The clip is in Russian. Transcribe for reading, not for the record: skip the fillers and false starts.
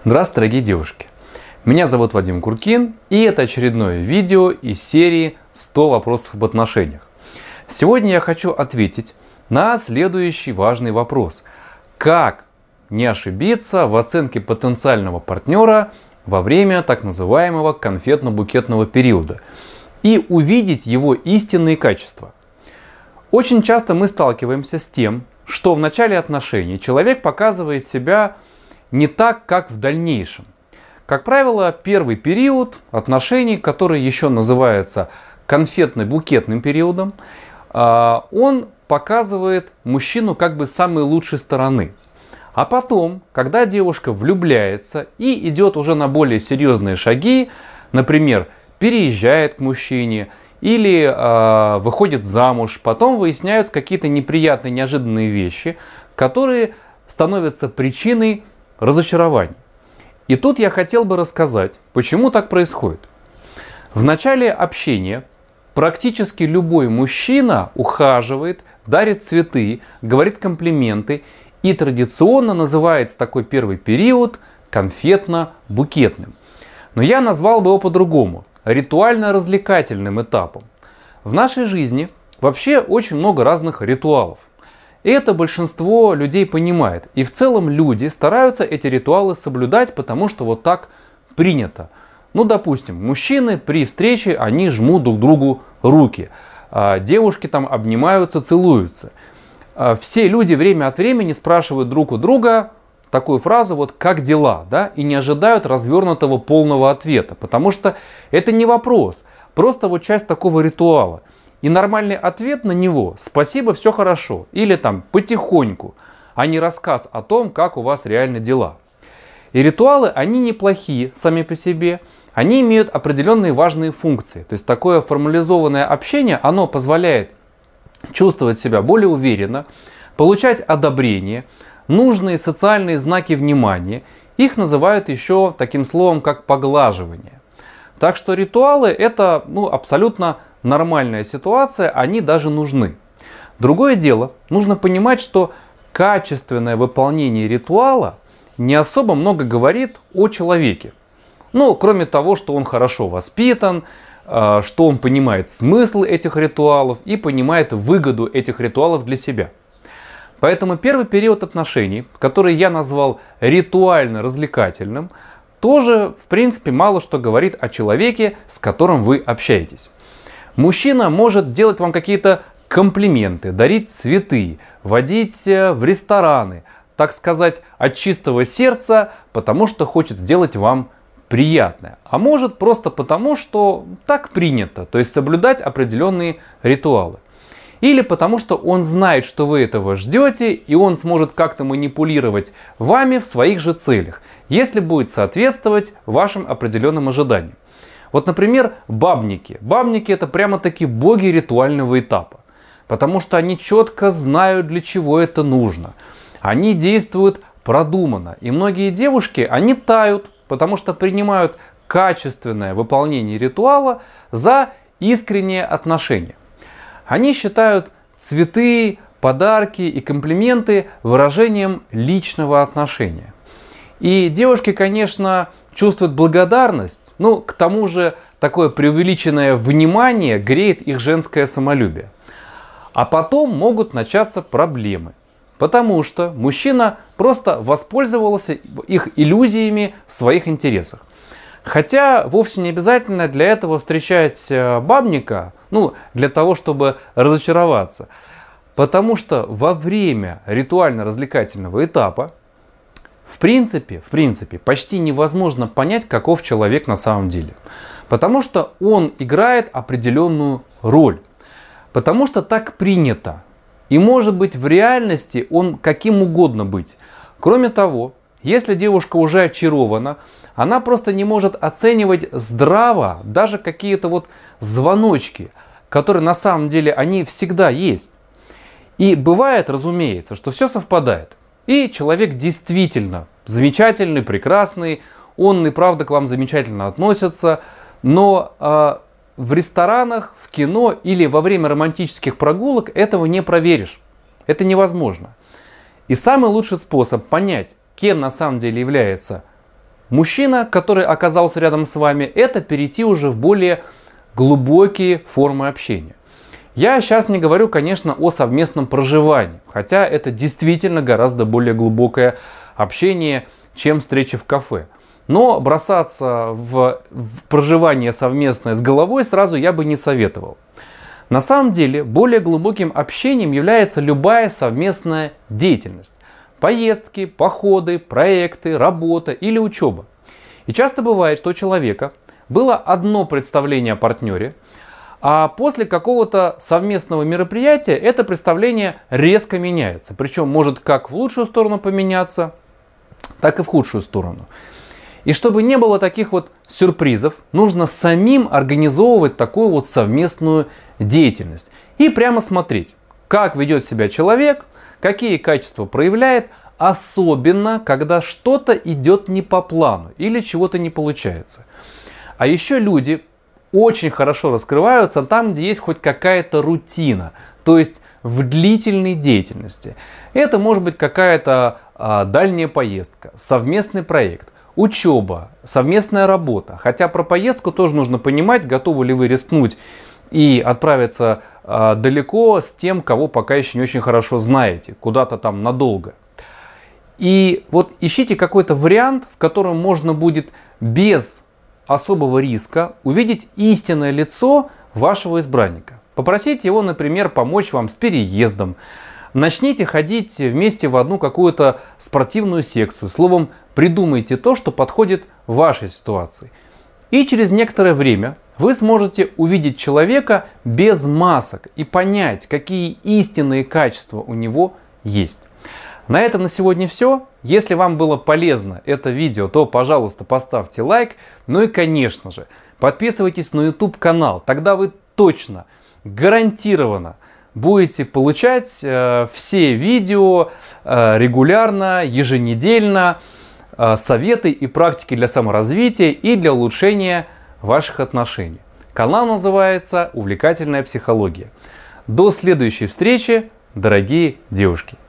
Здравствуйте, дорогие девушки! Меня зовут Вадим Куркин, и это очередное видео из серии «100 вопросов об отношениях». Сегодня я хочу ответить на следующий важный вопрос. Как не ошибиться в оценке потенциального партнера во время так называемого конфетно-букетного периода и увидеть его истинные качества? Очень часто мы сталкиваемся с тем, что в начале отношений человек показывает себя не так, как в дальнейшем. Как правило, первый период отношений, который еще называется конфетно-букетным периодом, он показывает мужчину как бы с самой лучшей стороны. А потом, когда девушка влюбляется и идет уже на более серьезные шаги, например, переезжает к мужчине или выходит замуж, потом выясняются какие-то неприятные, неожиданные вещи, которые становятся причиной разочарований. И тут я хотел бы рассказать, почему так происходит. В начале общения практически любой мужчина ухаживает, дарит цветы, говорит комплименты и традиционно называется такой первый период конфетно-букетным. Но я назвал бы его по-другому, ритуально-развлекательным этапом. В нашей жизни вообще очень много разных ритуалов. И это большинство людей понимает. И в целом люди стараются эти ритуалы соблюдать, потому что вот так принято. Ну, допустим, мужчины при встрече, они жмут друг другу руки. Девушки там обнимаются, целуются. Все люди время от времени спрашивают друг у друга такую фразу, вот «как дела?», да, и не ожидают развернутого полного ответа. Потому что это не вопрос, просто вот часть такого ритуала. И нормальный ответ на него «спасибо, все хорошо» или там «потихоньку», а не рассказ о том, как у вас реально дела. И ритуалы, они неплохие сами по себе, они имеют определенные важные функции. То есть такое формализованное общение, оно позволяет чувствовать себя более уверенно, получать одобрение, нужные социальные знаки внимания. Их называют еще таким словом, как поглаживание. Так что ритуалы это абсолютно нормальная ситуация, они даже нужны. Другое дело, нужно понимать, что качественное выполнение ритуала не особо много говорит о человеке. Кроме того, что он хорошо воспитан, что он понимает смысл этих ритуалов и понимает выгоду этих ритуалов для себя. Поэтому первый период отношений, который я назвал ритуально-развлекательным, тоже, в принципе, мало что говорит о человеке, с которым вы общаетесь. Мужчина может делать вам какие-то комплименты, дарить цветы, водить в рестораны, так сказать, от чистого сердца, потому что хочет сделать вам приятное. А может просто потому, что так принято, то есть соблюдать определенные ритуалы. Или потому, что он знает, что вы этого ждете, и он сможет как-то манипулировать вами в своих же целях, если будет соответствовать вашим определенным ожиданиям. Вот, например, бабники. Бабники это прямо-таки боги ритуального этапа. Потому что они четко знают, для чего это нужно. Они действуют продуманно. И многие девушки, они тают, потому что принимают качественное выполнение ритуала за искреннее отношение. Они считают цветы, подарки и комплименты выражением личного отношения. И девушки, конечно, чувствуют благодарность, к тому же такое преувеличенное внимание греет их женское самолюбие. А потом могут начаться проблемы, потому что мужчина просто воспользовался их иллюзиями в своих интересах. Хотя вовсе не обязательно для этого встречать бабника, для того, чтобы разочароваться. Потому что во время ритуально-развлекательного этапа в принципе, почти невозможно понять, каков человек на самом деле. Потому что он играет определенную роль. Потому что так принято. И может быть в реальности он каким угодно быть. Кроме того, если девушка уже очарована, она просто не может оценивать здраво даже какие-то звоночки, которые на самом деле они всегда есть. И бывает, разумеется, что все совпадает. И человек действительно замечательный, прекрасный, он и правда к вам замечательно относится, но в ресторанах, в кино или во время романтических прогулок этого не проверишь. Это невозможно. И самый лучший способ понять, кем на самом деле является мужчина, который оказался рядом с вами, это перейти уже в более глубокие формы общения. Я сейчас не говорю, конечно, о совместном проживании, хотя это действительно гораздо более глубокое общение, чем встреча в кафе. Но бросаться в проживание совместное с головой сразу я бы не советовал. На самом деле, более глубоким общением является любая совместная деятельность. Поездки, походы, проекты, работа или учеба. И часто бывает, что у человека было одно представление о партнере, а после какого-то совместного мероприятия это представление резко меняется. Причем может как в лучшую сторону поменяться, так и в худшую сторону. И чтобы не было таких вот сюрпризов, нужно самим организовывать такую вот совместную деятельность. И прямо смотреть, как ведет себя человек, какие качества проявляет, особенно когда что-то идет не по плану или чего-то не получается. А еще люди очень хорошо раскрываются там, где есть хоть какая-то рутина, то есть в длительной деятельности. Это может быть какая-то дальняя поездка, совместный проект, учеба, совместная работа. Хотя про поездку тоже нужно понимать, готовы ли вы рискнуть и отправиться далеко с тем, кого пока еще не очень хорошо знаете, куда-то там надолго. И вот ищите какой-то вариант, в котором можно будет без особого риска увидеть истинное лицо вашего избранника. Попросите его, например, помочь вам с переездом. Начните ходить вместе в одну какую-то спортивную секцию. Словом, придумайте то, что подходит вашей ситуации. И через некоторое время вы сможете увидеть человека без масок и понять, какие истинные качества у него есть. На этом на сегодня все. Если вам было полезно это видео, то, пожалуйста, поставьте лайк. Ну и, конечно же, подписывайтесь на YouTube канал. Тогда вы точно, гарантированно будете получать все видео регулярно, еженедельно, советы и практики для саморазвития и для улучшения ваших отношений. Канал называется «Увлекательная психология». До следующей встречи, дорогие девушки!